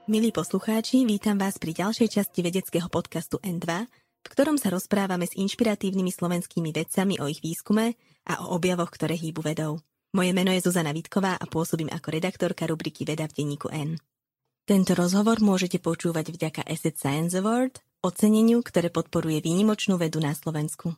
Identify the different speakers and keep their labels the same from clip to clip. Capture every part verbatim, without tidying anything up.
Speaker 1: Milí poslucháči, vítam vás pri ďalšej časti vedeckého podcastu en dva, v ktorom sa rozprávame s inšpiratívnymi slovenskými vedcami o ich výskume a o objavoch, ktoré hýbu vedou. Moje meno je Zuzana Vítková a pôsobím ako redaktorka rubriky Veda v denníku N. Tento rozhovor môžete počúvať vďaka Asset Science Award, oceneniu, ktoré podporuje výnimočnú vedu na Slovensku.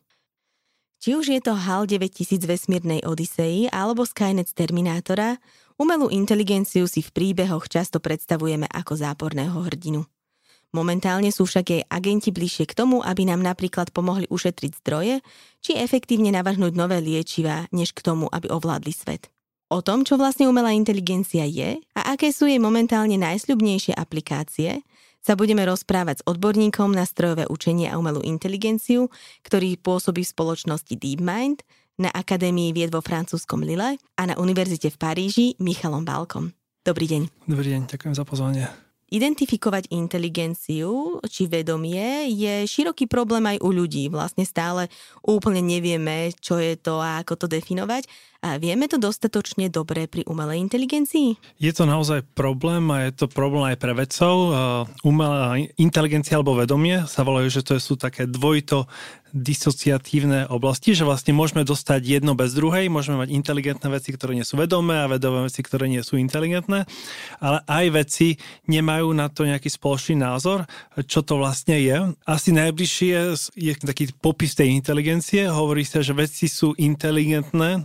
Speaker 1: Či už je to hal deväťtisíc vesmírnej Odysseji alebo Skynet z Terminátora, umelú inteligenciu si v príbehoch často predstavujeme ako záporného hrdinu. Momentálne sú však jej agenti bližšie k tomu, aby nám napríklad pomohli ušetriť zdroje, či efektívne navrhnúť nové liečivá, než k tomu, aby ovládli svet. O tom, čo vlastne umelá inteligencia je a aké sú jej momentálne najsľubnejšie aplikácie, sa budeme rozprávať s odborníkom na strojové učenie a umelú inteligenciu, ktorý pôsobí v spoločnosti DeepMind, na Akadémii vied vo francúzskom Lille a na Univerzite v Paríži Michalom Bálkom. Dobrý deň.
Speaker 2: Dobrý deň, ďakujem za pozvanie.
Speaker 1: Identifikovať inteligenciu či vedomie je široký problém aj u ľudí. Vlastne stále úplne nevieme, čo je to a ako to definovať. A vieme to dostatočne dobre pri umelej inteligencii?
Speaker 2: Je to naozaj problém a je to problém aj pre vedcov. Umelá inteligencia alebo vedomie sa volajú, že to sú také dvojito disociatívne oblasti, že vlastne môžeme dostať jedno bez druhej, môžeme mať inteligentné veci, ktoré nie sú vedomé a vedomé veci, ktoré nie sú inteligentné, ale aj veci nemajú na to nejaký spoločný názor, čo to vlastne je. Asi najbližšie je taký popis tej inteligencie, hovorí sa, že veci sú inteligentné,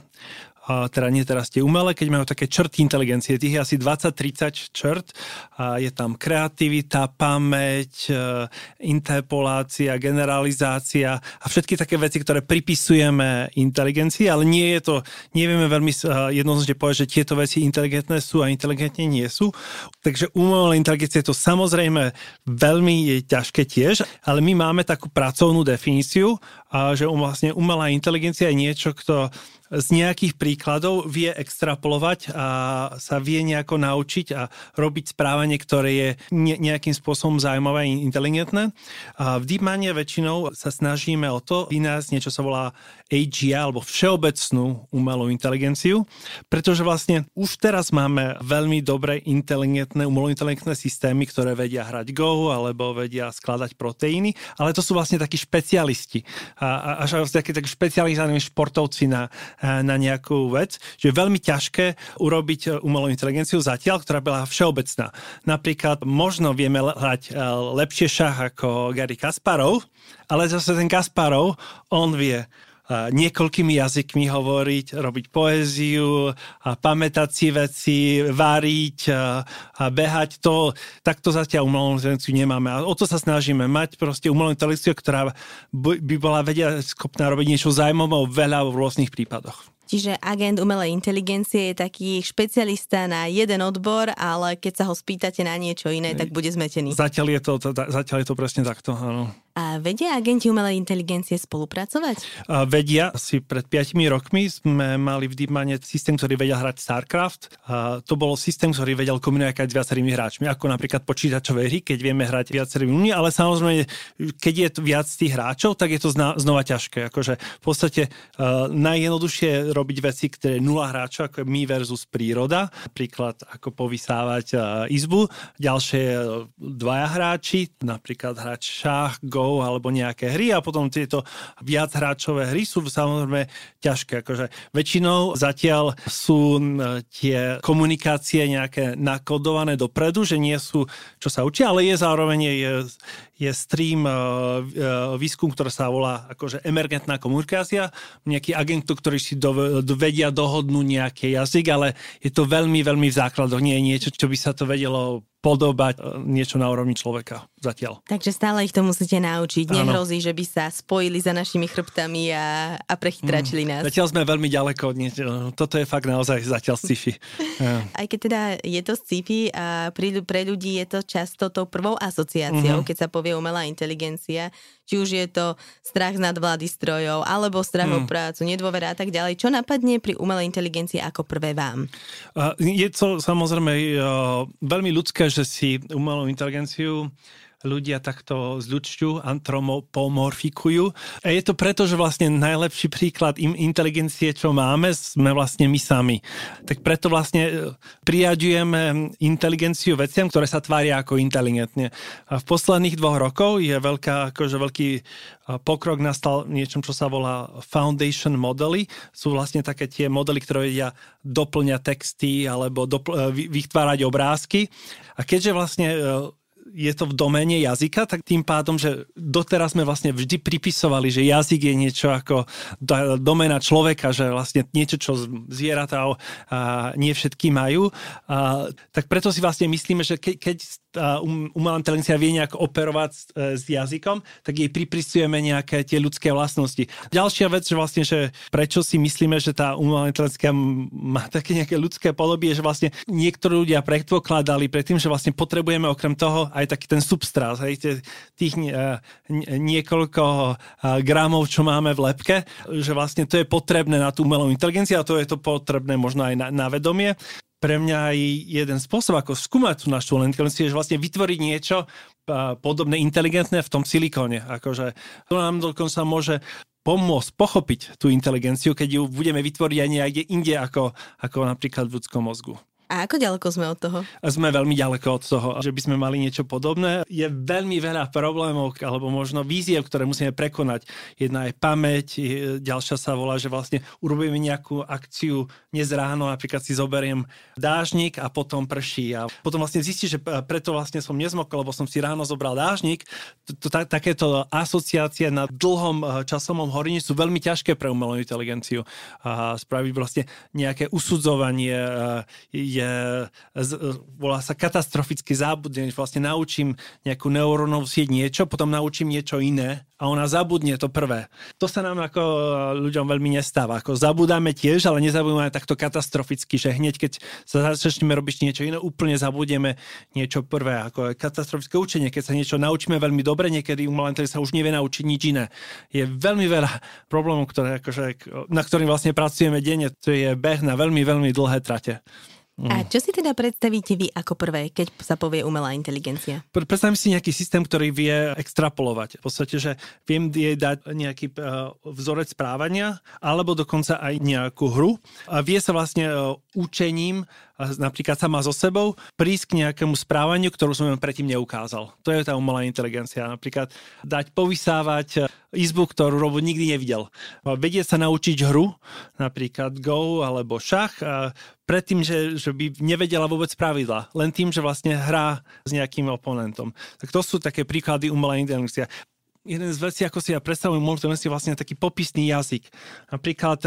Speaker 2: a teda nie teraz tie umelé, keď majú také črty inteligencie, tých je asi dvadsať tridsať črt, a je tam kreativita, pamäť, interpolácia, generalizácia a všetky také veci, ktoré pripisujeme inteligencii, ale nie je to, nevieme veľmi jednoznačne povedať, že tieto veci inteligentné sú a inteligentne nie sú. Takže umelá inteligencia je to samozrejme veľmi je ťažké tiež, ale my máme takú pracovnú definíciu, že vlastne umelá inteligencia je niečo, kto z nejakých príkladov vie extrapolovať a sa vie nejako naučiť a robiť správanie, ktoré je nejakým spôsobom zaujímavé a inteligentné. A v DeepMinde väčšinou sa snažíme o to vynájsť niečo, sa volá á gé í alebo všeobecnú umelú inteligenciu, pretože vlastne už teraz máme veľmi dobré inteligentné, umelo inteligentné systémy, ktoré vedia hrať Go alebo vedia skladať proteíny, ale to sú vlastne takí špecialisti. A, a až takí, takí špecializovaní športovci na na nejakú vec, že je veľmi ťažké urobiť umelú inteligenciu zatiaľ, ktorá bola všeobecná. Napríklad možno vieme hrať lepšie šach ako Garry Kasparov, ale zase ten Kasparov, on vie niekoľkými jazykmi hovoriť, robiť poéziu, a pamätať si veci, variť a, a behať. To, takto zatiaľ umelú inteligenciu nemáme. A o to sa snažíme mať proste umelú inteligenciu, ktorá by bola vedia schopná robiť niečo zaujímavé veľa v rôznych prípadoch.
Speaker 1: Čiže agent umelej inteligencie je taký špecialista na jeden odbor, ale keď sa ho spýtate na niečo iné, tak bude zmetený.
Speaker 2: Zatiaľ je to, zatiaľ je to presne takto, áno.
Speaker 1: A vedia agenti umelej inteligencie spolupracovať?
Speaker 2: A vedia. Asi pred piatimi rokmi sme mali v DeepMinde systém, ktorý vedel hrať StarCraft. A to bol systém, ktorý vedel komunikovať s viacerými hráčmi, ako napríklad počítačové hry, keď vieme hrať viacerými ľuďmi, ale samozrejme, keď je viac tých hráčov, tak je to znova ťažké. Akože v podstate uh, najjednoduchšie robiť veci, ktoré nula hráčov, ako my versus príroda. Napríklad ako povysávať uh, izbu. Ďalšie uh, dvaja hráči, napríklad hrať šach, Go alebo nejaké hry a potom tieto viachráčové hry sú samozrejme ťažké. Akože väčšinou zatiaľ sú tie komunikácie nejaké nakodované dopredu, že nie sú, čo sa učia, ale je zároveň je, je stream výskum, ktorý sa volá akože emergentná komunikácia. Nejaký agent, ktorý si do, do, vedia dohodnúť nejaký jazyk, ale je to veľmi, veľmi v základoch. Nie je niečo, čo by sa to vedelo podobať niečo na úrovni človeka zatiaľ.
Speaker 1: Takže stále ich to musíte naučiť. Nehrozí, že by sa spojili za našimi chrbtami a, a prechytračili nás.
Speaker 2: Mm, zatiaľ sme veľmi ďaleko od niečo. Toto je fakt naozaj zatiaľ sci-fi. Ja.
Speaker 1: Aj keď teda je to sci-fi a pri, pre ľudí je to často tou prvou asociáciou, mm-hmm. keď sa povie umelá inteligencia. Či už je to strach z nadvlády strojov, alebo strach mm. o prácu, nedôvera a tak ďalej. Čo napadne pri umelej inteligencii ako prvé vám?
Speaker 2: Je to samozrejme veľmi ľudské, že si umelú inteligenciu ľudia takto zľudšťujú, antropomorfikujú. A je to preto, že vlastne najlepší príklad im inteligencie, čo máme, sme vlastne my sami. Tak preto vlastne priaďujeme inteligenciu veciam, ktoré sa tvária ako inteligentne. A v posledných dvoch rokov je veľká, akože veľký pokrok nastal niečom, čo sa volá foundation modely. Sú vlastne také tie modely, ktoré vedia doplňať texty alebo dopl- vytvárať obrázky. A keďže vlastne je to v doméne jazyka, tak tým pádom, že doteraz sme vlastne vždy pripisovali, že jazyk je niečo ako doména človeka, že vlastne niečo, čo zvieratá nie všetky majú. A, tak preto si vlastne myslíme, že ke, keď umelá inteligencia vie nejak operovať s, s jazykom, tak jej pripisujeme nejaké tie ľudské vlastnosti. Ďalšia vec, že vlastne, že prečo si myslíme, že tá umelá inteligencia má také nejaké ľudské podobie, že vlastne niektorí ľudia predpokladali predtým, že vlastne potrebujeme okrem toho aj taký ten substrát, hej, tých niekoľko gramov, čo máme v lebke, že vlastne to je potrebné na tú umelú inteligenciu a to je to potrebné možno aj na, na vedomie. Pre mňa aj jeden spôsob, ako skúmať tú našu inteligenciu, je vlastne vytvoriť niečo podobné inteligentné v tom silikóne. Akože to nám dokonca môže pomôcť pochopiť tú inteligenciu, keď ju budeme vytvoriť aj niekde inde, ako, ako napríklad v ľudskom mozgu.
Speaker 1: A ako ďaleko sme od toho?
Speaker 2: Sme veľmi ďaleko od toho, že by sme mali niečo podobné. Je veľmi veľa problémov, alebo možno víziev, ktoré musíme prekonať. Jedna je pamäť, ďalšia sa volá, že vlastne urobíme nejakú akciu dnes ráno, napríklad si zoberiem dážnik a potom prší. A potom vlastne zistí, že preto vlastne som nezmokol, lebo som si ráno zobral dážnik. Takéto asociácie na dlhom časovom horení sú veľmi ťažké pre umelú inteligenciu. A spraviť vlastne nejaké usudzovanie je volá sa katastroficky zábudne, vlastne naučím nejakú neurónovú sieť niečo, potom naučím niečo iné a ona zabudne to prvé. To sa nám ako ľuďom veľmi nestáva. Ako zabudáme tiež, ale nezabudíme takto katastroficky, že hneď keď sa začneme robiť niečo iné, úplne zabudneme niečo prvé. Ako katastrofické učenie, keď sa niečo naučíme veľmi dobre, niekedy umelá inteligencia sa už nevie naučiť nič iné. Je veľmi veľa problémov, ktoré, akože, na ktorým vlastne pracujeme denne. To je beh na veľmi, veľmi dlhé trate.
Speaker 1: A čo si teda predstavíte vy ako prvé, keď sa povie umelá inteligencia?
Speaker 2: Predstavím si nejaký systém, ktorý vie extrapolovať. V podstate, že viem jej dať nejaký vzorec správania, alebo dokonca aj nejakú hru. A vie sa vlastne učením, napríklad sama so sebou, prísť k nejakému správaniu, ktorú som predtým neukázal. To je tá umelá inteligencia. Napríklad dať povysávať izbu, ktorú robot nikdy nevidel. Vedie sa naučiť hru, napríklad Go alebo šach, predtým, že, že by nevedela vôbec pravidla. Len tým, že vlastne hrá s nejakým oponentom. Tak to sú také príklady umelej inteligencie. Jeden z vecí, ako si ja predstavujem umelú inteligenciu, je vlastne taký popisný jazyk. Napríklad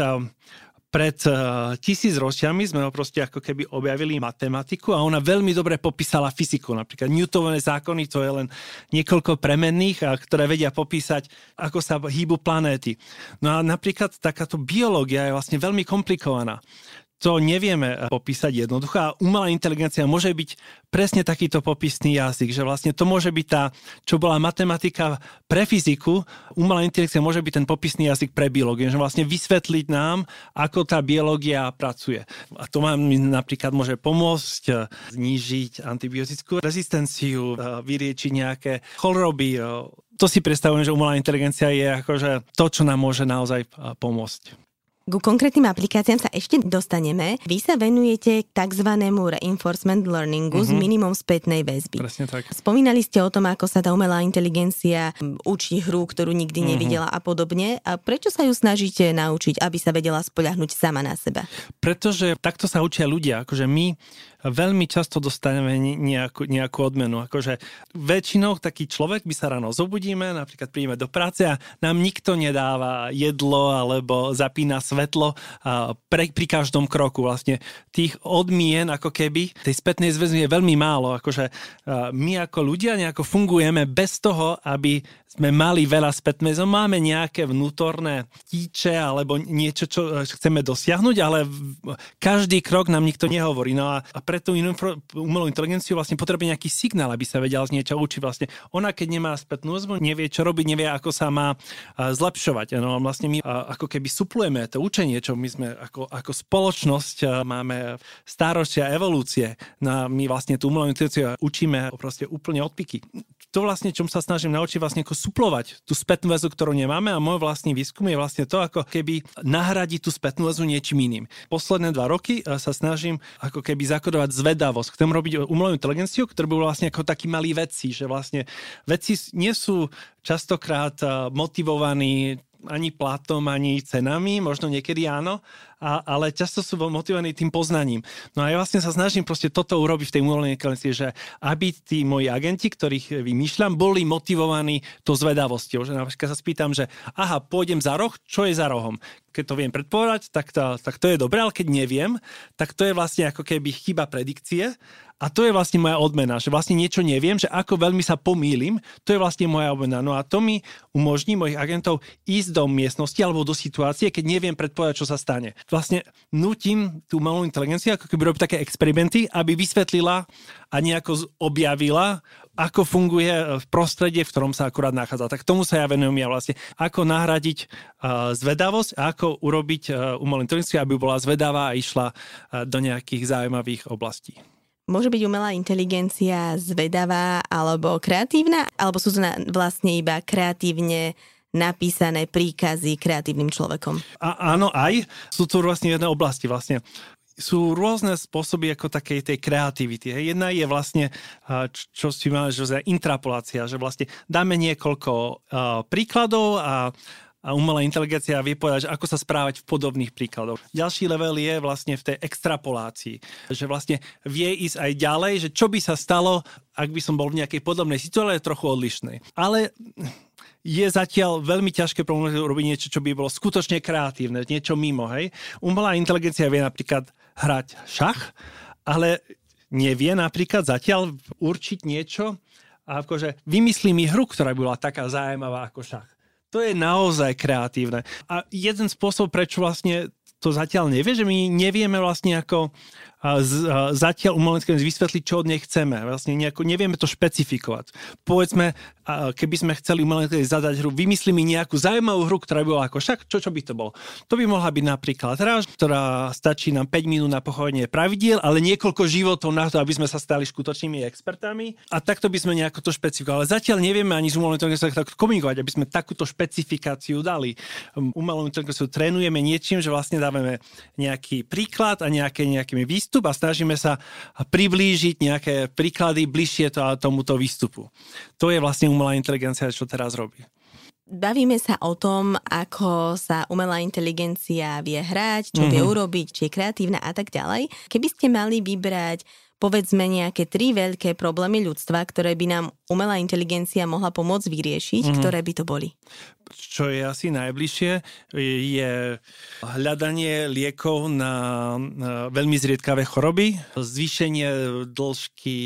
Speaker 2: pred uh, tisíc ročiami sme ho proste ako keby objavili matematiku a ona veľmi dobre popísala fyziku. Napríklad Newtonové zákony, to je len niekoľko premenných, a ktoré vedia popísať, ako sa hýbu planéty. No a napríklad takáto biológia je vlastne veľmi komplikovaná. To nevieme popísať jednoducho a umelá inteligencia môže byť presne takýto popisný jazyk, že vlastne to môže byť tá, čo bola matematika pre fyziku, umelá inteligencia môže byť ten popisný jazyk pre biológiu, že vlastne vysvetliť nám, ako tá biológia pracuje. A to nám napríklad môže pomôcť znížiť antibiotickú rezistenciu, vyriečiť nejaké choroby. To si predstavujem, že umelá inteligencia je akože to, čo nám môže naozaj pomôcť.
Speaker 1: Ku konkrétnym aplikáciám sa ešte dostaneme. Vy sa venujete takzvanému reinforcement learningu mm-hmm. s minimum spätnej väzby.
Speaker 2: Presne tak.
Speaker 1: Spomínali ste o tom, ako sa tá umelá inteligencia učí hru, ktorú nikdy mm-hmm. nevidela a podobne. A prečo sa ju snažíte naučiť, aby sa vedela spoľahnúť sama na seba?
Speaker 2: Pretože takto sa učia ľudia. Akože my veľmi často dostaneme nejakú, nejakú odmenu. Akože väčšinou taký človek, my sa ráno zobudíme, napríklad príjeme do práce a nám nikto nedáva jedlo alebo zapína svetlo pre, pri každom kroku. Vlastne tých odmien ako keby tej spätnej zväzby je veľmi málo. Akože my ako ľudia nejako fungujeme bez toho, aby sme mali veľa spätnej väzby. Máme nejaké vnútorné tíče alebo niečo, čo chceme dosiahnuť, ale každý krok nám nikto nehovorí. No a pre tú umelú inteligenciu vlastne potrebuje nejaký signál, aby sa vedela z niečo učiť. Vlastne ona, keď nemá spätnú väzbu, nevie, čo robiť, nevie, ako sa má zlepšovať. No vlastne my ako keby suplujeme to učenie, čo my sme ako, ako spoločnosť máme stáročia evolúcie. No a my vlastne tú umelú inteligenciu učíme proste úplne od piky. to vlastne, čom sa snažím naučiť, vlastne ako suplovať tú spätnú väzu, ktorú nemáme, a môj vlastný výskum je vlastne to, ako keby nahradiť tú spätnú väzu niečím iným. Posledné dva roky sa snažím ako keby zakodovať zvedavosť. Chcem robiť umelú inteligenciu, ktorá by vlastne ako takí malí vedci, že vlastne vedci nie sú častokrát motivovaní ani platom, ani cenami, možno niekedy áno, a, ale často sú motivovaní tým poznaním. No a ja vlastne sa snažím proste toto urobiť v tej umelej inteligencii, že aby tí moji agenti, ktorých vymýšľam, boli motivovaní to zvedavosťou. Že napríklad sa spýtam, že aha, pôjdem za roh, čo je za rohom? Keď to viem predpovedať, tak to, tak to je dobré, ale keď neviem, tak to je vlastne ako keby chyba predikcie. A to je vlastne moja odmena, že vlastne niečo neviem, že ako veľmi sa pomýlim, to je vlastne moja odmena. No a to mi umožní mojich agentov ísť do miestnosti alebo do situácie, keď neviem predpovedať, čo sa stane. Vlastne nutím tú malú inteligenciu, ako keby robiť také experimenty, aby vysvetlila a nejako objavila, ako funguje prostredie, v ktorom sa akurát nachádza. Tak tomu sa ja venujem ja vlastne. Ako nahradiť uh, zvedavosť a ako urobiť uh, umelú inteligenciu, aby bola zvedavá a išla uh, do nejakých zaujímavých oblastí.
Speaker 1: Môže byť umelá inteligencia zvedavá alebo kreatívna, alebo sú to vlastne iba kreatívne napísané príkazy kreatívnym človekom? A,
Speaker 2: áno, aj. Sú to vlastne jedné oblasti. Vlastne sú rôzne spôsoby ako takej tej kreativity. Jedna je vlastne, čo si máme, že intrapolácia, že vlastne dáme niekoľko uh, príkladov a a umelá inteligencia vie povedať, že ako sa správať v podobných príkladoch. Ďalší level je vlastne v tej extrapolácii, že vlastne vie ísť aj ďalej, že čo by sa stalo, ak by som bol v nejakej podobnej situácii, trochu odlišnej. Ale je zatiaľ veľmi ťažké urobiť niečo, čo by bolo skutočne kreatívne, niečo mimo, hej. Umelá inteligencia vie napríklad hrať šach, ale nevie napríklad zatiaľ určiť niečo, a akože vymyslí mi hru, ktorá by bola taká zaujímavá ako šach. To je naozaj kreatívne. A jeden spôsob, prečo vlastne to zatiaľ nevie, že my nevieme vlastne ako z, zatiaľ umelensky vysvetliť, čo od nej chceme. Vlastne nejako, nevieme to špecifikovať. Povedzme, keby sme chceli umelensky zadať hru, vymyslí mi nejakú zaujímavú hru, ktorá by bola ako však, čo, čo by to bolo? To by mohla byť napríklad hra, ktorá stačí nám päť minút na pochopenie pravidiel, ale niekoľko životov na to, aby sme sa stali skutočnými expertami. A takto by sme nejako to špecifikovali. Ale zatiaľ nevieme ani z umelou inteligenciou tak komunikovať, aby sme takúto špecifikáciu dali. Umelou inteligenciu trénujeme niečím, že vlastne dávame nejaký príklad a nejaké, nejakými výstupmi a snažíme sa priblížiť nejaké príklady bližšie to, tomuto výstupu. To je vlastne umelá inteligencia, čo teraz robí.
Speaker 1: Bavíme sa o tom, ako sa umelá inteligencia vie hrať, čo mm-hmm. vie urobiť, či je kreatívna a tak ďalej. Keby ste mali vybrať povedzme nejaké tri veľké problémy ľudstva, ktoré by nám umelá inteligencia mohla pomôcť vyriešiť, mm-hmm. ktoré by to boli?
Speaker 2: Čo je asi najbližšie, je hľadanie liekov na veľmi zriedkavé choroby, zvýšenie dĺžky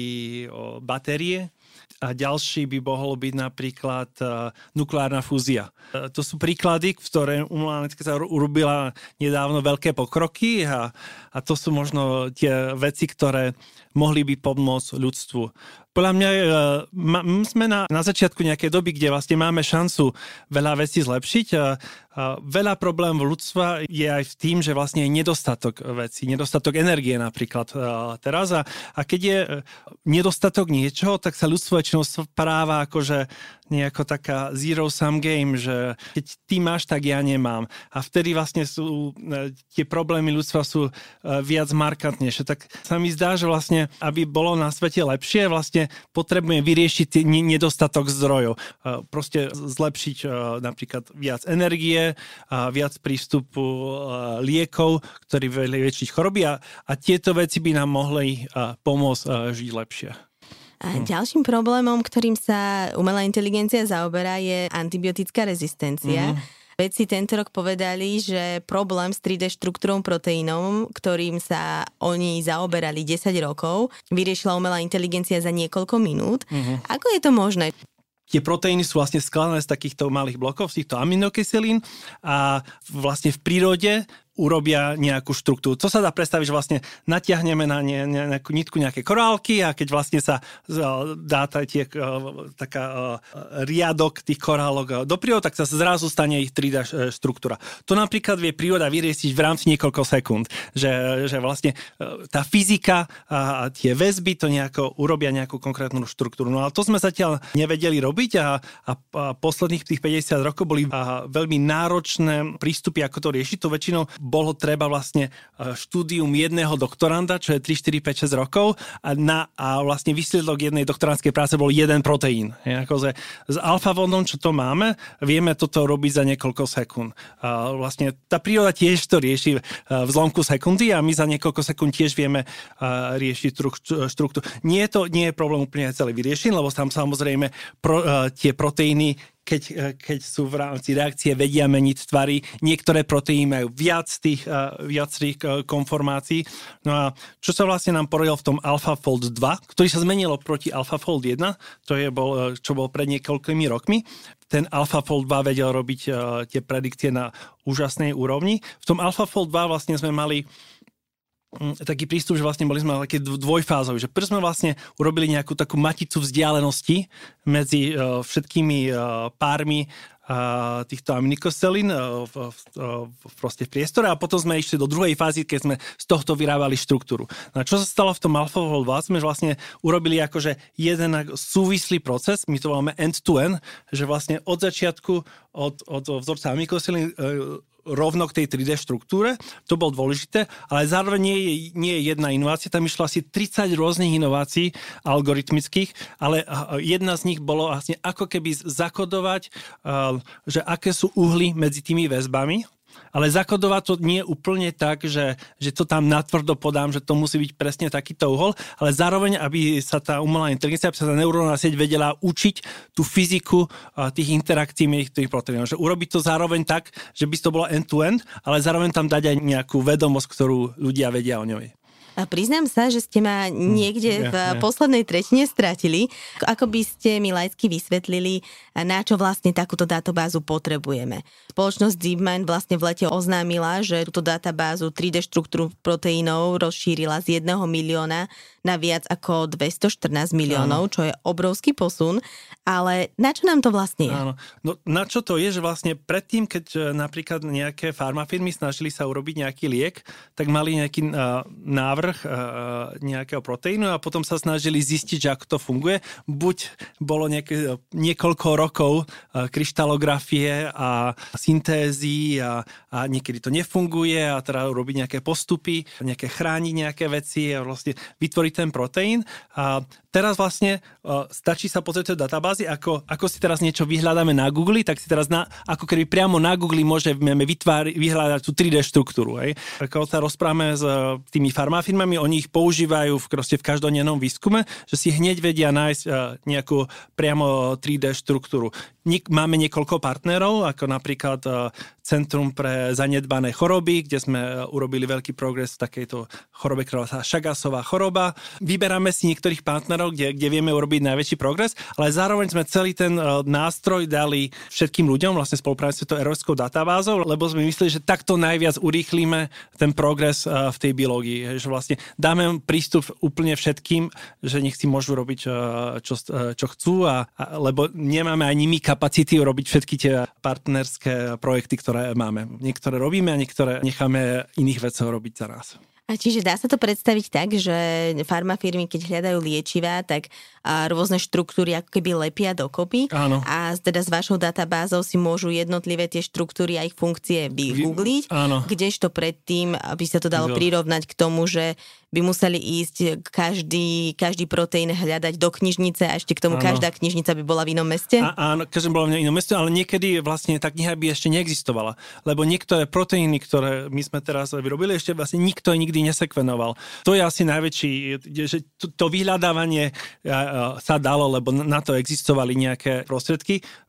Speaker 2: batérie, a ďalší by mohol byť napríklad nukleárna fúzia. To sú príklady, v ktoré umelá inteligencia urobila nedávno veľké pokroky a, a to sú možno tie veci, ktoré mohli by pomôcť ľudstvu. Podľa mňa ma, sme na, na začiatku nejakej doby, kde vlastne máme šancu veľa vecí zlepšiť. A, a veľa problémov ľudstva je aj v tým, že vlastne je nedostatok vecí, nedostatok energie napríklad a teraz. A, a keď je nedostatok niečoho, tak sa ľudstvo väčšinou správa akože nejako taká zero-sum game, že keď ty máš, tak ja nemám. A vtedy vlastne sú tie problémy ľudstva sú viac markantnejšie. Tak sa mi zdá, že vlastne, aby bolo na svete lepšie, vlastne potrebujeme vyriešiť nedostatok zdrojov. Proste zlepšiť napríklad viac energie, viac prístupu liekov, ktorí liečiť choroby a, a tieto veci by nám mohli pomôcť žiť lepšie.
Speaker 1: A ďalším problémom, ktorým sa umelá inteligencia zaoberá, je antibiotická rezistencia. Mm. Vedci tento rok povedali, že problém s tri dé štruktúrou proteínov, ktorým sa oni zaoberali desať rokov, vyriešila umelá inteligencia za niekoľko minút. Mm. Ako je to možné?
Speaker 2: Tie proteíny sú vlastne skladané z takýchto malých blokov, z týchto aminokyselín a vlastne v prírode urobia nejakú štruktúru. To sa dá predstaviť, že vlastne natiahneme na ne, nejakú nitku nejaké korálky a keď vlastne sa dá tie, taká riadok tých korálok do prírodu, tak sa zrazu stane ich tri dé štruktúra. To napríklad vie príroda vyriešiť v rámci niekoľko sekúnd, že, že vlastne tá fyzika a tie väzby to nejako urobia nejakú konkrétnu štruktúru. No ale to sme zatiaľ nevedeli robiť a, a, a posledných tých päťdesiat rokov boli a, veľmi náročné prístupy, ako to riešiť. To väčšinou bolo treba vlastne štúdium jedného doktoranda, čo je tri, štyri, päť, šesť rokov a, na, a vlastne výsledok jednej doktorandskej práce bol jeden proteín. Je, akože s alfa-vodom, čo to máme, vieme toto robiť za niekoľko sekúnd. A vlastne tá príroda tiež to rieši v zlomku sekundy a my za niekoľko sekúnd tiež vieme riešiť štruktúru. Nie je to nie je problém úplne celý vyriešený, lebo tam samozrejme pro, tie proteíny Keď, keď sú v rámci reakcie, vedia meniť tvary. Niektoré proteíny majú viac tých, viac tých konformácií. No a čo sa vlastne nám porodilo v tom AlphaFold dva, ktorý sa zmenilo proti AlphaFold jeden, to je bol, čo bol pred niekoľkými rokmi. Ten AlphaFold dva vedel robiť tie predikcie na úžasnej úrovni. V tom AlphaFold dva vlastne sme mali taký prístup, že vlastne boli sme také dvojfázové, že prv sme vlastne urobili nejakú takú maticu vzdialenosti medzi uh, všetkými uh, pármi uh, týchto aminokyselín uh, v, uh, v, proste v priestore a potom sme išli do druhej fázy, keď sme z tohto vyrábali štruktúru. No a čo sa stalo v tom AlphaFold dva, sme vlastne urobili akože jeden súvislý proces, my to voláme end-to-end, že vlastne od začiatku, od, od vzorca aminokyselín uh, rovno k tej tri dé štruktúre, to bolo dôležité, ale zároveň nie je, nie je jedna inovácia, tam išlo asi tridsať rôznych inovácií algoritmických, ale jedna z nich bolo vlastne ako keby zakodovať, že aké sú uhly medzi tými väzbami, ale zakodovať to nie úplne tak, že, že to tam natvrdo podám, že to musí byť presne takýto uhol, ale zároveň, aby sa tá umelá inteligencia, aby sa tá neurónna sieť vedela učiť tú fyziku tých interakcií medzi tých proteínov. Že urobiť to zároveň tak, že by to bolo end-to-end, ale zároveň tam dať aj nejakú vedomosť, ktorú ľudia vedia o ňoj.
Speaker 1: A priznám sa, že ste ma niekde v ja, ja. poslednej tretine stratili. Ako by ste mi laicky vysvetlili, na čo vlastne takúto databázu potrebujeme? Spoločnosť DeepMind vlastne v lete oznámila, že túto databázu tri dé štruktúru proteínov rozšírila z jedného milióna na viac ako dvestoštrnásť miliónov, áno. Čo je obrovský posun. Ale na čo nám to vlastne je? Áno.
Speaker 2: No, na čo to je, že vlastne predtým, keď napríklad nejaké farmafirmy snažili sa urobiť nejaký liek, tak mali nejaký uh, návrh nejakého proteínu a potom sa snažili zistiť, že ako to funguje. Buď bolo nejaké, niekoľko rokov kryštalografie a syntézy a, a niekedy to nefunguje a teda robiť nejaké postupy, nejaké chrániť nejaké veci a vlastne vytvoriť ten proteín. A teraz vlastne stačí sa pozrieť do databázy, ako, ako si teraz niečo vyhľadáme na Google, tak si teraz na, ako keby priamo na Google môžeme vytvári, vyhľadať tú tri dé štruktúru. Hej. Ako sa rozprávame s tými farmafirmami, oni ich používajú v, v každodennom výskume, že si hneď vedia nájsť nejakú priamo tri dé štruktúru. Máme niekoľko partnerov, ako napríklad Centrum pre zanedbané choroby, kde sme urobili veľký progres v takejto chorobe, ktorá sa Chagasová choroba. Vyberáme si niektorých partnerov, kde, kde vieme urobiť najväčší progres, ale zároveň sme celý ten nástroj dali všetkým ľuďom, vlastne spolupráci s tou európskou databázou, lebo sme mysleli, že takto najviac urýchlíme ten progres v tej biológii. Že vlastne dáme prístup úplne všetkým, že nech si môžu robiť, čo, čo chcú, a, a, lebo nemáme ani my kapacity urobiť všetky tie partnerské projekty, ktoré máme. Niektoré robíme a niektoré necháme iných vedcov robiť za nás.
Speaker 1: A čiže dá sa to predstaviť tak, že farmafirmy, keď hľadajú liečivá, tak rôzne štruktúry ako keby lepia dokopy.
Speaker 2: Áno.
Speaker 1: A teda s vašou databázou si môžu jednotlivé tie štruktúry a ich funkcie vygoogliť.
Speaker 2: Áno.
Speaker 1: Kdežto predtým, aby sa to dalo
Speaker 2: jo.
Speaker 1: prirovnať k tomu, že by museli ísť každý, každý proteín hľadať do knižnice a ešte k tomu áno. každá knižnica by bola v inom meste?
Speaker 2: A, áno, každá bola v inom meste, ale niekedy vlastne tá kniha by ešte neexistovala. Lebo niektoré proteíny, ktoré my sme teraz vyrobili, ešte vlastne nikto nikdy nesekvenoval. To je asi najväčší, že to, to vyhľadávanie sa dalo, lebo na to existovali nejaké prostriedky.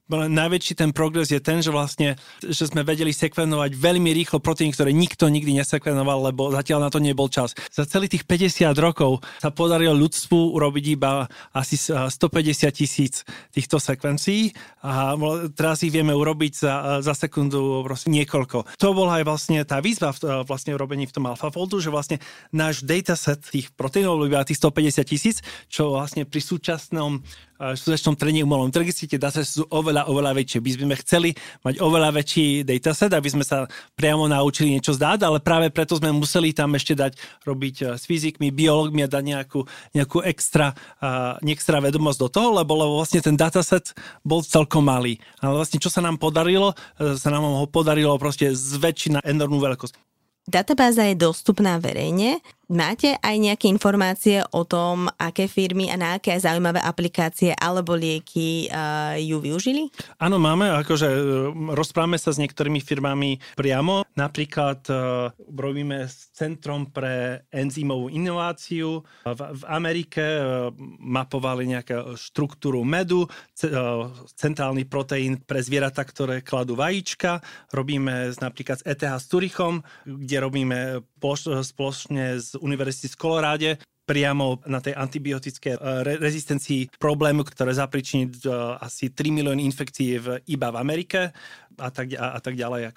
Speaker 2: najväčší ten progres je ten, že vlastne, že sme vedeli sekvenovať veľmi rýchlo proteíny, ktoré nikto nikdy nesekvenoval, lebo zatiaľ na to nebol čas. Za celých tých päťdesiat rokov sa podarilo ľudstvu urobiť iba asi stopäťdesiat tisíc týchto sekvencií a teraz ich vieme urobiť za, za sekundu proste niekoľko. To bola aj vlastne tá výzva v, vlastne urobení v tom AlphaFoldu, že vlastne náš dataset tých proteínov bol iba tých stopäťdesiat tisíc, čo vlastne pri súčasnom v súčasnom trení umelom inteligencii tie datasety sú oveľa, oveľa väčšie. My sme chceli mať oveľa väčší dataset, aby sme sa priamo naučili niečo z dát, ale práve preto sme museli tam ešte dať robiť s fyzikmi, biológmi a dať nejakú, nejakú extra, uh, extra vedomosť do toho, lebo, lebo vlastne ten dataset bol celkom malý. Ale vlastne čo sa nám podarilo, sa nám ho podarilo proste zväčšiť na enormnú veľkosť.
Speaker 1: Databáza je dostupná verejne. Máte aj nejaké informácie o tom, aké firmy a na aké zaujímavé aplikácie alebo lieky uh, ju využili?
Speaker 2: Áno, máme, akože rozprávame sa s niektorými firmami priamo. Napríklad uh, robíme s Centrom pre enzýmovú inováciu. V, v Amerike uh, mapovali nejakú štruktúru medu, c- uh, centrálny proteín pre zvieratá, ktoré kladú vajíčka. Robíme napríklad s é té há s Zurichom, kde robíme ploš- spoločne s Univerzity z Koloráde priamo na tej antibiotickej re- rezistencii problému, ktoré zapričiní uh, asi tri milióny infekcií v, iba v Amerike a tak, a, a tak ďalej.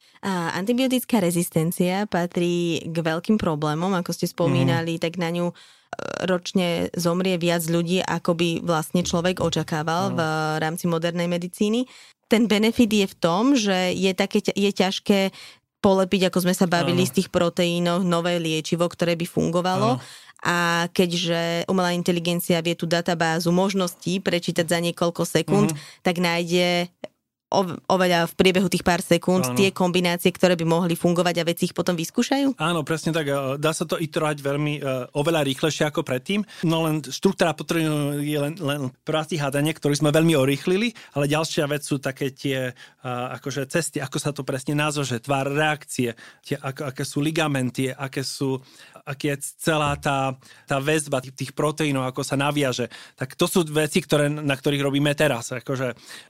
Speaker 1: A antibiotická rezistencia patrí k veľkým problémom, ako ste spomínali, mm. tak na ňu ročne zomrie viac ľudí, ako by vlastne človek očakával mm. v rámci modernej medicíny. Ten benefit je v tom, že je, také, je ťažké polepiť, ako sme sa bavili, ano. Z tých proteínov nové liečivo, ktoré by fungovalo. Ano. A keďže umelá inteligencia vie tú databázu možností prečítať za niekoľko sekúnd, uh-huh. tak nájde oveľa v priebehu tých pár sekúnd áno. tie kombinácie, ktoré by mohli fungovať a veci ich potom vyskúšajú?
Speaker 2: Áno, presne tak. Dá sa to iterovať veľmi uh, oveľa rýchlejšie ako predtým. No len štruktúra potrebuje je len, len práci hádania, ktorý sme veľmi orýchlili, ale ďalšia vec sú také tie uh, akože cesty, ako sa to presne nazve, tvár reakcie, tie, ako, aké sú ligamenty, aké sú aké je celá tá, tá väzba tých, tých proteínov, ako sa naviaže. Tak to sú veci, ktoré, na ktorých robíme teraz. Akože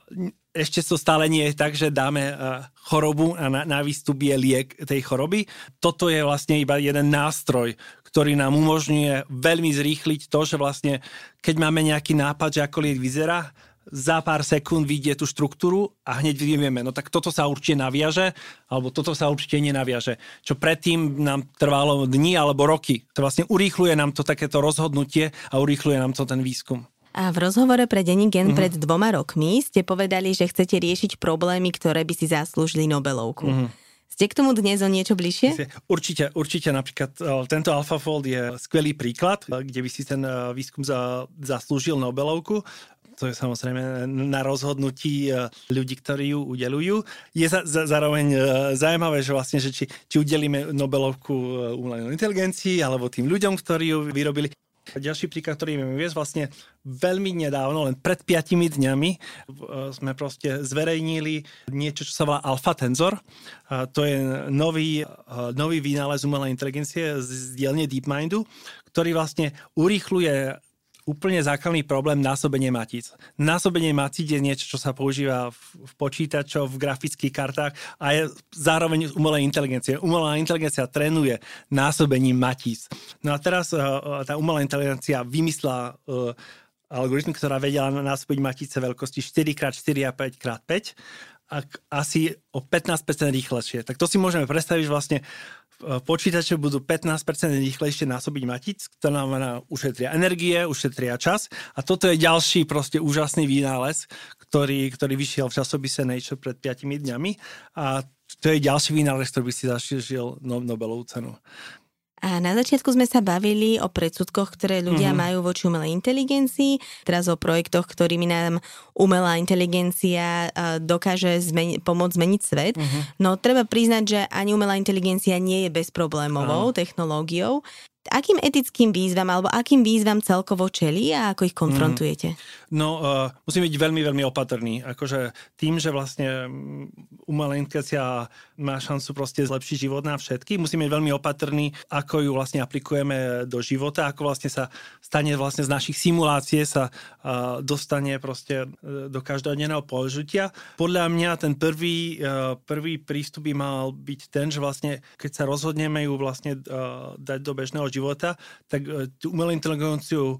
Speaker 2: ešte to stále nie je tak, že dáme chorobu a na, na výstup je liek tej choroby. Toto je vlastne iba jeden nástroj, ktorý nám umožňuje veľmi zrýchliť to, že vlastne keď máme nejaký nápad, že ako liek vyzerá, za pár sekúnd vidie tú štruktúru a hneď vieme, no tak toto sa určite naviaže, alebo toto sa určite nenaviaže. Čo predtým nám trvalo dni alebo roky. To vlastne urýchluje nám to takéto rozhodnutie a urýchluje nám to ten výskum.
Speaker 1: A v rozhovore pre denník Gen uh-huh. pred dvoma rokmi ste povedali, že chcete riešiť problémy, ktoré by si zaslúžili Nobelovku. Uh-huh. Ste k tomu dnes o niečo bližšie?
Speaker 2: Určite, určite. Napríklad tento AlphaFold je skvelý príklad, kde by si ten výskum za, zaslúžil Nobelovku. To je samozrejme na rozhodnutí ľudí, ktorí ju udeľujú. Je za, za, zároveň zaujímavé, že vlastne, že či, či udelíme Nobelovku umelej inteligencii alebo tým ľuďom, ktorí ju vyrobili. Ďalší príklad, ktorý vieme viesť, vlastne veľmi nedávno, len pred piatimi dňami sme proste zverejnili niečo, čo sa volá Alpha Tensor. To je nový, nový vynález umelej inteligencie z dielne DeepMindu, ktorý vlastne urýchľuje úplne základný problém násobenie matíc. Násobenie matíc je niečo, čo sa používa v, v počítačoch, v grafických kartách a je zároveň umelej inteligencie. Umelá inteligencia trénuje násobením matíc. No a teraz uh, tá umelá inteligencia vymyslela uh, algoritmy, ktorá vedela násobiť matice veľkosti štyri krát štyri a päť krát päť a asi o pätnásť percent rýchlejšie. Tak to si môžeme predstaviť, že vlastne počítače budú pätnásť percent rýchlejšie násobiť matíc, to nám ušetria energie, ušetria čas a toto je ďalší proste úžasný vynález, ktorý, ktorý vyšiel v časopise Nature pred piatimi dňami a to je ďalší vynález, ktorý by si zaslúžil Nobelovú cenu.
Speaker 1: A na začiatku sme sa bavili o predsudkoch, ktoré ľudia uh-huh. majú voči umelej inteligencii, teraz o projektoch, ktorými nám umelá inteligencia dokáže zmeni- pomôcť zmeniť svet. Uh-huh. No treba priznať, že ani umelá inteligencia nie je bezproblémovou uh-huh. technológiou. Akým etickým výzvam alebo akým výzvam celkovo čelí a ako ich konfrontujete?
Speaker 2: No, uh, musím byť veľmi, veľmi opatrný. Akože tým, že vlastne umelá inteligencia má šancu proste zlepšiť život na všetky, musíme byť veľmi opatrný, ako ju vlastne aplikujeme do života, ako vlastne sa stane vlastne z našich simulácií sa uh, dostane proste do každodenného použitia. Podľa mňa ten prvý, uh, prvý prístup by mal byť ten, že vlastne keď sa rozhodneme ju vlastne uh, dať do bežného života, tak uh, tú umelú inteligenciu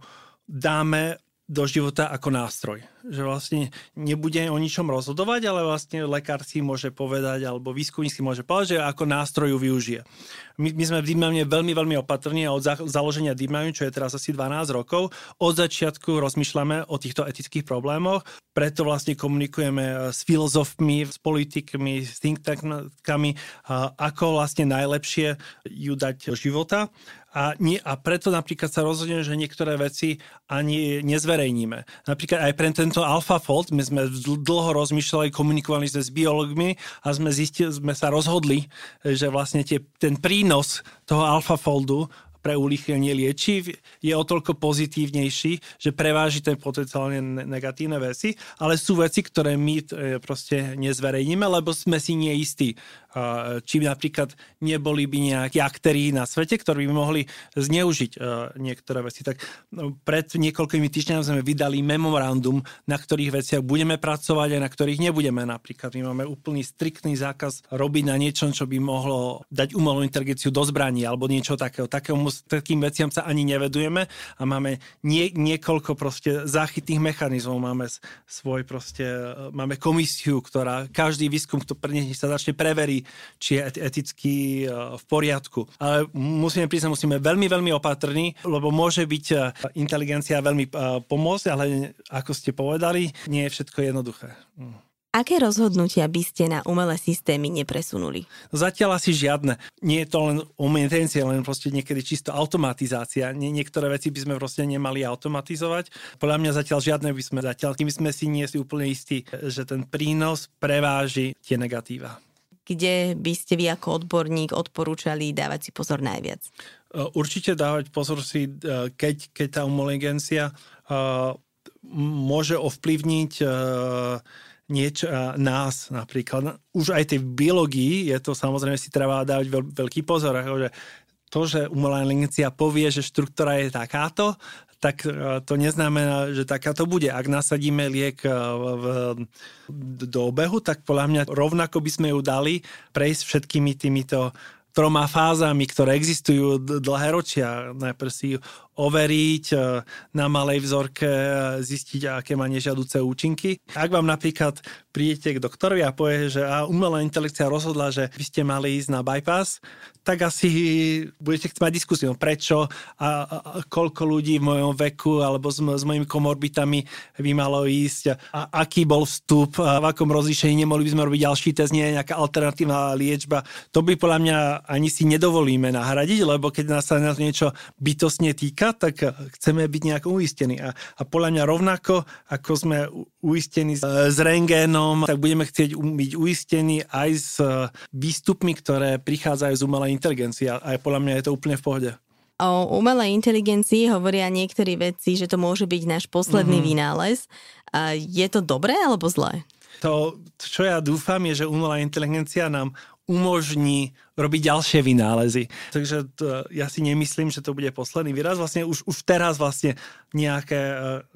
Speaker 2: dáme do života ako nástroj. Že vlastne nebude o ničom rozhodovať, ale vlastne lekár si môže povedať, alebo výskumník si môže povedať, že ako nástroj ju využije. My, my sme v DeepMind veľmi, veľmi opatrní a od za, založenia DeepMind, čo je teraz asi dvanásť rokov, od začiatku rozmýšľame o týchto etických problémoch, preto vlastne komunikujeme s filozofmi, s politikmi, s think tankami, ako vlastne najlepšie ju dať do života. A, nie, a preto napríklad sa rozhodne, že niektoré veci ani nezverejníme. Napríklad aj pre tento AlphaFold my sme dlho rozmýšľali, komunikovali sme s biológmi a sme, zistili, sme sa rozhodli, že vlastne tie, ten prínos toho AlphaFoldu pre urýchlenie liečiv je o toľko pozitívnejší, že preváži ten potenciálne negatívne veci, ale sú veci, ktoré my proste nezverejníme, lebo sme si neistí. Či napríklad neboli by nejakí aktéri na svete, ktorí by mohli zneužiť niektoré veci. Tak pred niekoľkými týždňami sme vydali memorandum, na ktorých veciach budeme pracovať a na ktorých nebudeme. Napríklad my máme úplný striktný zákaz robiť na niečom, čo by mohlo dať umelú inteligenciu do zbraní alebo niečo takého. Takému, takým veciam sa ani nevedujeme a máme nie, niekoľko proste záchytných mechanizmov. Máme svoj proste, máme komisiu, ktorá každý výskum, kto pre nich sa začne preverí, či je eticky v poriadku. Ale musíme prísť, musíme veľmi, veľmi opatrní, lebo môže byť inteligencia veľmi pomôcť, ale ako ste povedali, nie je všetko jednoduché.
Speaker 1: Aké rozhodnutia by ste na umelé systémy nepresunuli?
Speaker 2: Zatiaľ asi žiadne. Nie je to len umelá inteligencia, len proste niekedy čisto automatizácia. Nie, niektoré veci by sme proste nemali automatizovať. Podľa mňa zatiaľ žiadne by sme zatiaľ, tým sme si nie si úplne istí, že ten prínos preváži tie negatíva.
Speaker 1: Kde by ste vy ako odborník odporúčali dávať si pozor najviac?
Speaker 2: Určite dávať pozor si, keď, keď tá umelá inteligencia uh, môže ovplyvniť uh, niečo, uh, nás napríklad. Už aj tej biológii je to samozrejme si treba dávať veľ, veľký pozor. Akože to, že umelá inteligencia povie, že štruktúra je takáto, tak to neznamená, že takáto bude. Ak nasadíme liek v, v, do obehu, tak podľa mňa rovnako by sme ju dali prejsť všetkými týmito troma fázami, ktoré existujú dlhé ročia. Najprv si overiť, na malej vzorke zistiť, aké má nežiaduce účinky. Ak vám napríklad prídete k doktorovi a povie, že a umelá inteligencia rozhodla, že by ste mali ísť na bypass, tak asi budete chcieť mať diskusiu, prečo a, a, a koľko ľudí v mojom veku alebo s, s mojimi komorbitami by malo ísť a aký bol vstup, a v akom rozlíšení nemohli by sme robiť ďalší test, nie je nejaká alternatívna liečba. To by podľa mňa ani si nedovolíme nahradiť, lebo keď nás sa na to niečo bytostne týka, tak chceme byť nejak uistení. A, a podľa mňa rovnako, ako sme uistení s, s rentgénom, tak budeme chcieť byť uistení aj s výstupmi, ktoré prichádzajú z umelej inteligencie. A podľa mňa je to úplne v pohode.
Speaker 1: O umelej inteligencii hovoria niektorí vedci, že to môže byť náš posledný mm-hmm. vynález. A je to dobré alebo zlé?
Speaker 2: To, čo ja dúfam, je, že umelá inteligencia nám umožní robiť ďalšie vynálezy. Takže to, ja si nemyslím, že to bude posledný výraz. Vlastne už, už teraz vlastne nejaké uh,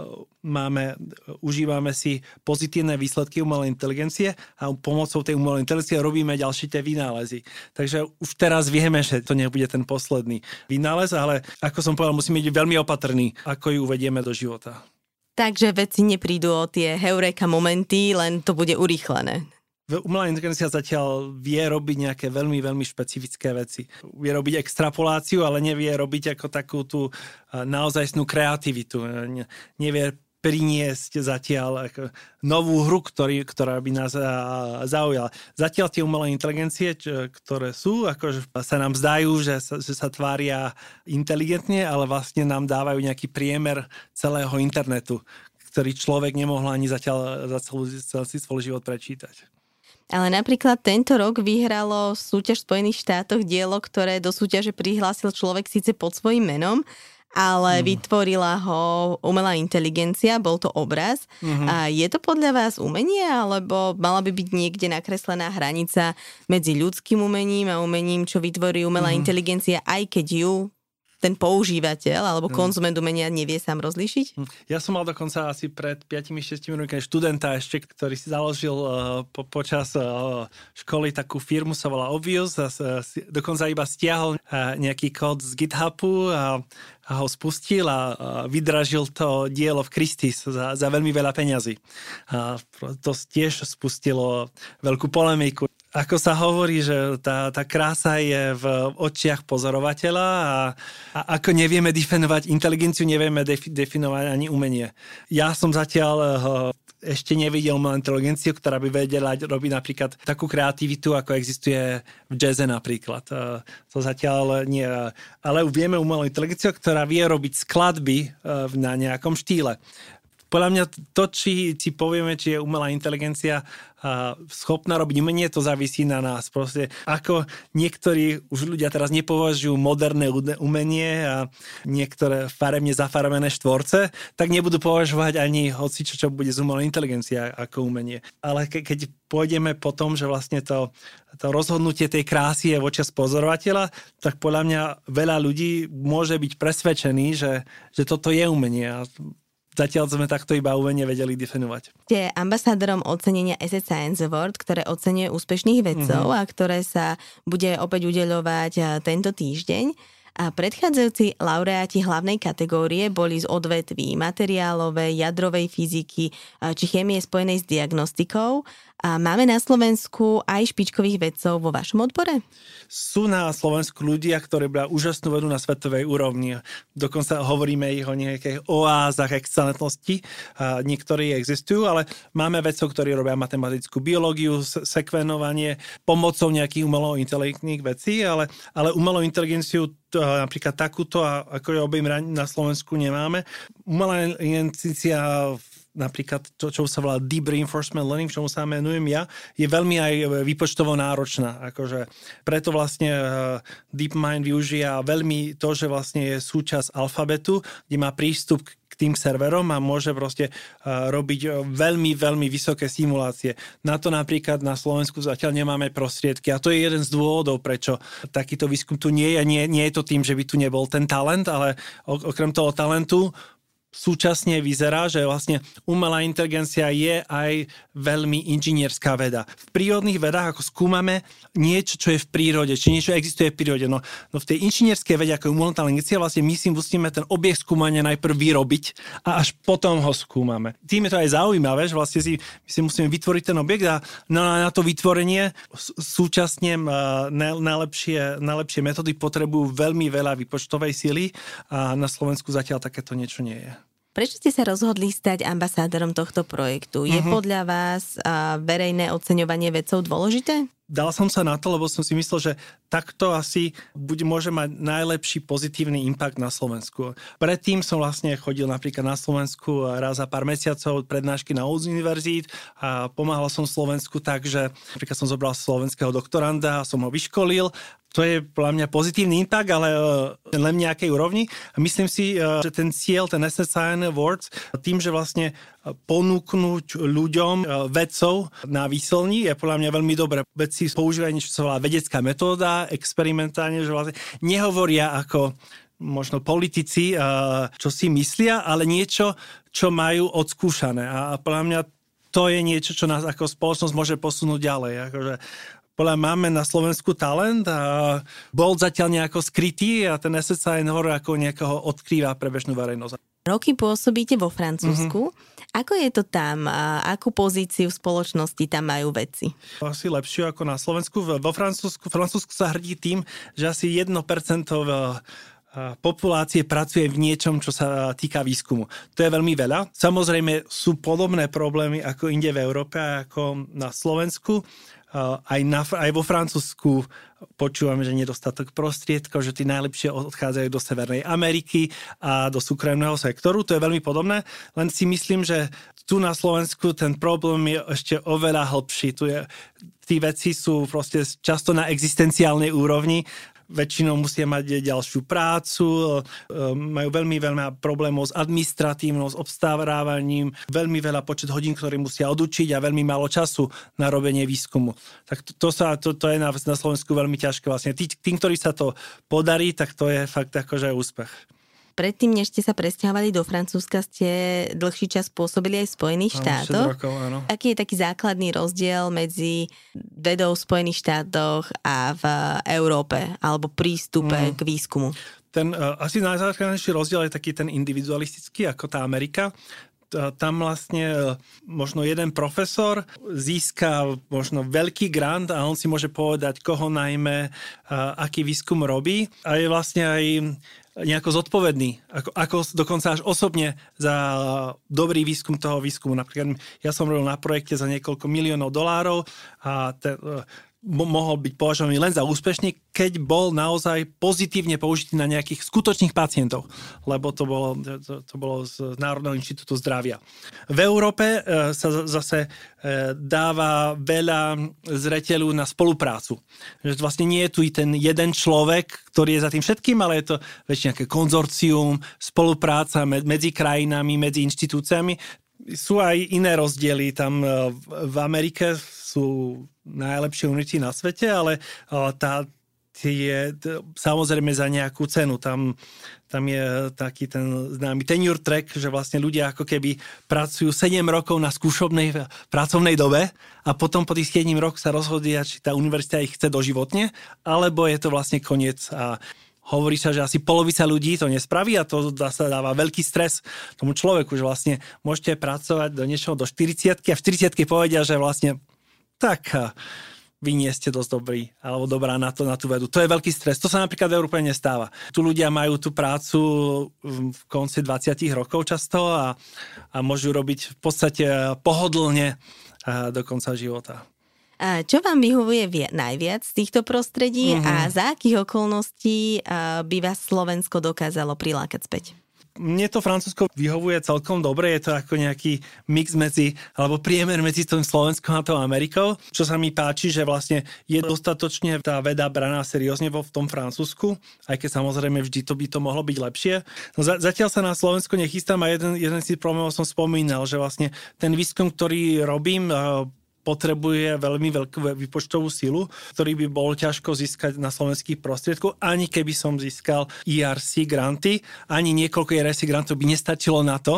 Speaker 2: máme, užívame si pozitívne výsledky umelej inteligencie a pomocou tej umelej inteligencie robíme ďalšie tie vynálezy. Takže už teraz vieme, že to nebude ten posledný vynález, ale ako som povedal, musíme byť veľmi opatrní, ako ju uvedieme do života. Takže
Speaker 1: vedci neprídu o tie heureka momenty, len to bude urýchlené.
Speaker 2: Umelá inteligencia zatiaľ vie robiť nejaké veľmi, veľmi špecifické veci. Vie robiť extrapoláciu, ale nevie robiť ako takú tú naozajstnú kreativitu. Nevie priniesť zatiaľ ako novú hru, ktorý, ktorá by nás zaujala. Zatiaľ tie umelé inteligencie, čo, ktoré sú, akože sa nám zdajú, že sa, že sa tvária inteligentne, ale vlastne nám dávajú nejaký priemer celého internetu, ktorý človek nemohol ani zatiaľ za celý svoj život prečítať.
Speaker 1: Ale napríklad tento rok vyhralo súťaž v Spojených štátoch dielo, ktoré do súťaže prihlásil človek síce pod svojím menom, ale mm. vytvorila ho umelá inteligencia, bol to obraz. Mm-hmm. A je to podľa vás umenie, alebo mala by byť niekde nakreslená hranica medzi ľudským umením a umením, čo vytvorí umelá mm-hmm. inteligencia, aj keď ju ten používateľ alebo konzument umenia nevie sám rozlíšiť?
Speaker 2: Ja som mal dokonca asi pred päť šesť rokmi študenta ešte, ktorý si založil uh, po, počas uh, školy takú firmu, sa volá Obvious, a uh, dokonca iba stiahol uh, nejaký kód z GitHubu a, a ho spustil a uh, vydražil to dielo v Christie's za, za veľmi veľa peňazí. A to tiež spustilo veľkú polemiku. Ako sa hovorí, že tá, tá krása je v očiach pozorovateľa a, a ako nevieme definovať inteligenciu, nevieme defi, definovať ani umenie. Ja som zatiaľ ešte nevidel umelú inteligenciu, ktorá by vedela robiť napríklad takú kreativitu, ako existuje v jazze napríklad. To zatiaľ nie. Ale vieme umelú inteligenciu, ktorá vie robiť skladby na nejakom štýle. Podľa mňa to, či si povieme, či je umelá inteligencia uh, schopná robiť umenie, to závisí na nás. Proste ako niektorí už ľudia teraz nepovažujú moderné umenie a niektoré farebne zafarebené štvorce, tak nebudú považovať ani hocičo, čo bude z umelá inteligencia ako umenie. Ale ke- keď pôjdeme po tom, že vlastne to, to rozhodnutie tej krásy je v očiach pozorovateľa, tak podľa mňa veľa ľudí môže byť presvedčený, že, že toto je umenie. A zatiaľ sme takto iba umenie vedeli definovať.
Speaker 1: Ste ambasádorom ocenenia Asset Science Award, ktoré oceňuje úspešných vedcov mm-hmm. a ktoré sa bude opäť udeľovať tento týždeň. A predchádzajúci laureáti hlavnej kategórie boli z odvetví materiálovej, jadrovej fyziky či chémie spojenej s diagnostikou. A máme na Slovensku aj špičkových vedcov vo vašom odbore?
Speaker 2: Sú na Slovensku ľudia, ktorí brali úžasnú vedu na svetovej úrovni. Dokonca hovoríme ich o nejakých oázach excelentnosti. A niektorí existujú, ale máme vedcov, ktorí robia matematickú biológiu, sekvenovanie pomocou nejakých umelo inteligentných vecí, ale, ale umelú inteligenciu napríklad takúto, ako je objem na Slovensku, nemáme. Umelá inteligencia napríklad to, čo sa volá Deep Reinforcement Learning, v čomu sa menujem ja, je veľmi aj výpočtovo náročná. Akože preto vlastne DeepMind využíva veľmi to, že vlastne je súčasť alfabetu, kde má prístup k tým serverom a môže proste robiť veľmi, veľmi vysoké simulácie. Na to napríklad na Slovensku zatiaľ nemáme prostriedky a to je jeden z dôvodov, prečo takýto výskum tu nie je. Nie, nie je to tým, že by tu nebol ten talent, ale okrem toho talentu súčasne vyzerá, že vlastne umelá inteligencia je aj veľmi inžinierská veda. V prírodných vedách, ako skúmame niečo, čo je v prírode, či niečo existuje v prírode. No, no v tej inžinierskej vede, ako je umelá inteligencia, vlastne my si musíme ten objekt skúmania najprv vyrobiť a až potom ho skúmame. Tým je to aj zaujímavé, že vlastne si, my si musíme vytvoriť ten objekt a na, na to vytvorenie súčasne najlepšie, najlepšie metódy potrebujú veľmi veľa výpočtovej sily a na Slovensku zatiaľ takéto niečo nie je.
Speaker 1: Prečo ste sa rozhodli stať ambasádorom tohto projektu? Je uh-huh. podľa vás a, verejné oceňovanie vedcov dôležité?
Speaker 2: Dal som sa na to, lebo som si myslel, že takto asi bude, môže mať najlepší pozitívny impact na Slovensku. Predtým som vlastne chodil napríklad na Slovensku raz za pár mesiacov prednášky na univerzít a pomáhal som Slovensku tak, že napríklad som zobral slovenského doktoranda a som ho vyškolil. To je podľa mňa pozitívny impact, ale len v nejakej úrovni. A myslím si, že ten cieľ, ten Asset Science Awards, tým, že vlastne ponúknuť ľuďom vedcov na výslni je podľa mňa veľmi dobré. Vedci používajú niečo, čo sa volá vedecká metóda, experimentálne, že vlastne nehovoria ako možno politici, čo si myslia, ale niečo, čo majú odskúšané. A podľa mňa to je niečo, čo nás ako spoločnosť môže posunúť ďalej. Akože podľa máme na Slovensku talent a bol zatiaľ nejako skrytý a ten Asset Science Award ako niekoho odkrýva pre bežnú verejnosť.
Speaker 1: Roky pôsobíte vo Francúzsku. Mm-hmm. Ako je to tam? A akú pozíciu v spoločnosti tam majú vedci?
Speaker 2: Asi lepšiu ako na Slovensku. Vo Francúzsku, Francúzsku sa hrdí tým, že asi jedno percento populácie pracuje v niečom, čo sa týka výskumu. To je veľmi veľa. Samozrejme sú podobné problémy ako inde v Európe, ako na Slovensku. Aj, na, aj vo Francúzsku počúvame, že nedostatok prostriedkov, že tí najlepšie odchádzajú do Severnej Ameriky a do súkromného sektoru. To je veľmi podobné, len si myslím, že tu na Slovensku ten problém je ešte oveľa hlbší. Tu je tí vedci sú proste často na existenciálnej úrovni, väčšinou musia mať ďalšiu prácu, majú veľmi veľa problémov s administratívnou, s obstarávaním, veľmi veľa počet hodín, ktoré musia odučiť a veľmi málo času na robenie výskumu. Tak to, to, sa, to, to je na, na Slovensku veľmi ťažké. Vlastne Tí, tým, ktorí sa to podarí, tak to je fakt akože úspech.
Speaker 1: Predtým, než ste sa presťahovali do Francúzska, ste dlhší čas pôsobili aj v Spojených štátoch.
Speaker 2: Rokov, áno.
Speaker 1: Aký je taký základný rozdiel medzi vedou v Spojených štátoch a v Európe, alebo prístupe mm. k výskumu?
Speaker 2: Ten uh, asi najzákladnejší rozdiel je taký ten individualistický, ako tá Amerika. Tam vlastne možno jeden profesor získa možno veľký grant a on si môže povedať, koho najmä, aký výskum robí. A je vlastne aj nejako zodpovedný, ako, ako dokonca až osobne za dobrý výskum toho výskumu. Napríklad ja som robil na projekte za niekoľko miliónov dolárov a ten, mohol byť považovaný len za úspešný, keď bol naozaj pozitívne použitý na nejakých skutočných pacientov, lebo to bolo, to, to bolo z Národného inštitútu zdravia. V Európe e, sa zase e, dáva veľa zreteľu na spoluprácu. Že vlastne nie je tu i ten jeden človek, ktorý je za tým všetkým, ale je to väčšine nejaké konzorcium, spolupráca medzi krajinami, medzi inštitúciami. Sú aj iné rozdiely. Tam v Amerike sú najlepšie univerzity na svete, ale tá je samozrejme za nejakú cenu. Tam, tam je taký ten známy tenure track, že vlastne ľudia ako keby pracujú sedem rokov na skúšobnej pracovnej dobe a potom po tých siedmich rokoch sa rozhodia, či tá univerzita ich chce doživotne, alebo je to vlastne koniec. A hovorí sa, že asi polovica ľudí to nespraví a to sa dáva veľký stres tomu človeku, že vlastne môžete pracovať do niečoho do štyridsiatky a v štyridsiatke povedia, že vlastne tak vy nie ste dosť dobrí alebo dobrá na to, na tú vedu. To je veľký stres. To sa napríklad v Európe nestáva. Tu ľudia majú tú prácu v konci dvadsiatich rokov často a, a môžu robiť v podstate pohodlne do konca života.
Speaker 1: A čo vám vyhovuje najviac z týchto prostredí mm-hmm. a za akých okolností by vás Slovensko dokázalo prilákať späť?
Speaker 2: Mne to Francúzsko vyhovuje celkom dobre, je to ako nejaký mix medzi, alebo priemer medzi tým Slovenskom a tou Amerikou. Čo sa mi páči, že vlastne je dostatočne tá veda braná seriózne vo v tom Francúzsku, aj keď samozrejme vždy to by to mohlo byť lepšie. No zatiaľ sa na Slovensku nechystám a jeden, jeden z problémov som spomínal, že vlastne ten výskum, ktorý robím, potrebuje veľmi veľkú výpočtovú silu, ktorý by bol ťažko získať na slovenských prostriedkoch, ani keby som získal í er cé granty, ani niekoľko í er cé grantov by nestačilo na to,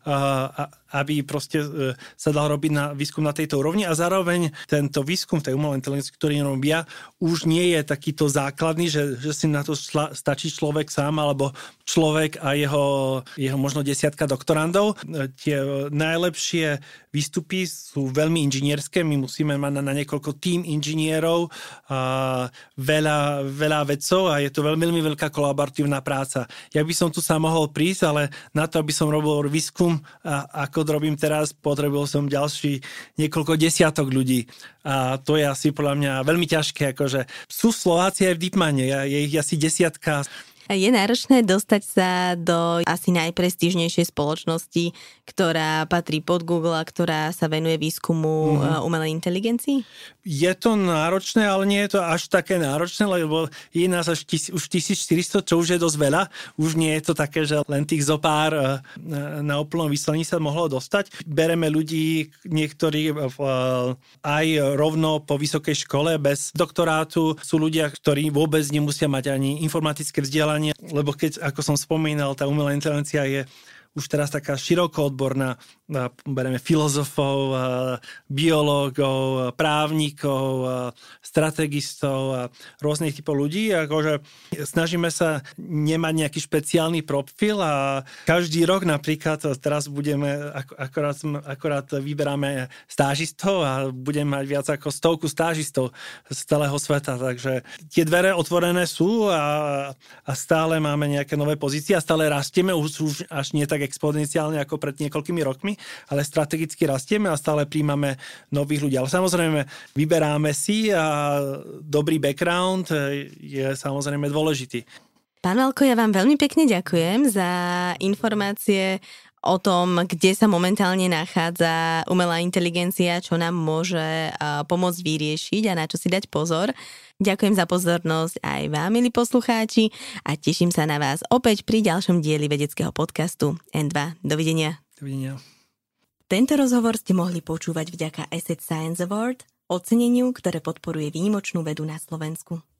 Speaker 2: aby proste sa dal robiť na výskum na tejto úrovni a zároveň tento výskum tej umelej inteligencie, ktorý robia, už nie je takýto základný, že, že si na to šla, stačí človek sám alebo človek a jeho, jeho možno desiatka doktorandov. Tie najlepšie výstupy sú veľmi inžinierské, my musíme mať na, na niekoľko tím inžinierov, a veľa, veľa vedcov a je to veľmi, veľmi veľká kolaboratívna práca. Ja by som tu sa mohol prísť, ale na to, aby som robil výskum, a, ako robím teraz, potreboval som ďalší niekoľko desiatok ľudí. A to je asi podľa mňa veľmi ťažké. Akože sú Slováci aj v DeepMine, je ich asi desiatka.
Speaker 1: Je náročné dostať sa do asi najprestížnejšej spoločnosti, ktorá patrí pod Google a ktorá sa venuje výskumu mm-hmm. umelej inteligencii?
Speaker 2: Je to náročné, ale nie je to až také náročné, lebo je nás až tis, už tisícštyristo, čo už je dosť veľa. Už nie je to také, že len tých zopár na úplnom vyslaní sa mohlo dostať. Bereme ľudí, niektorí aj rovno po vysokej škole bez doktorátu. Sú ľudia, ktorí vôbec nemusia mať ani informatické vzdelanie, lebo keď, ako som spomínal, tá umelá inteligencia je už teraz taká široko odborná. Bereme filozofov, biológov, právnikov, strategistov a rôznych typov ľudí. Akože snažíme sa nemať nejaký špeciálny profil a každý rok napríklad teraz budeme, akorát, akorát vyberáme stážistov a budeme mať viac ako stovku stážistov z celého sveta. Takže tie dvere otvorené sú a, a stále máme nejaké nové pozície a stále rastieme, už, už až nie tak exponenciálne ako pred niekoľkými rokmi, ale strategicky rastieme a stále príjmame nových ľudí. Ale samozrejme, vyberáme si a dobrý background je samozrejme dôležitý.
Speaker 1: Pán Valko, ja vám veľmi pekne ďakujem za informácie o tom, kde sa momentálne nachádza umelá inteligencia, čo nám môže pomôcť vyriešiť a na čo si dať pozor. Ďakujem za pozornosť aj vám, milí poslucháči, a teším sa na vás opäť pri ďalšom dieli vedeckého podcastu en dva. Dovidenia.
Speaker 2: Dovidenia.
Speaker 1: Tento rozhovor ste mohli počúvať vďaka Asset Science Award, oceneniu, ktoré podporuje výnimočnú vedu na Slovensku.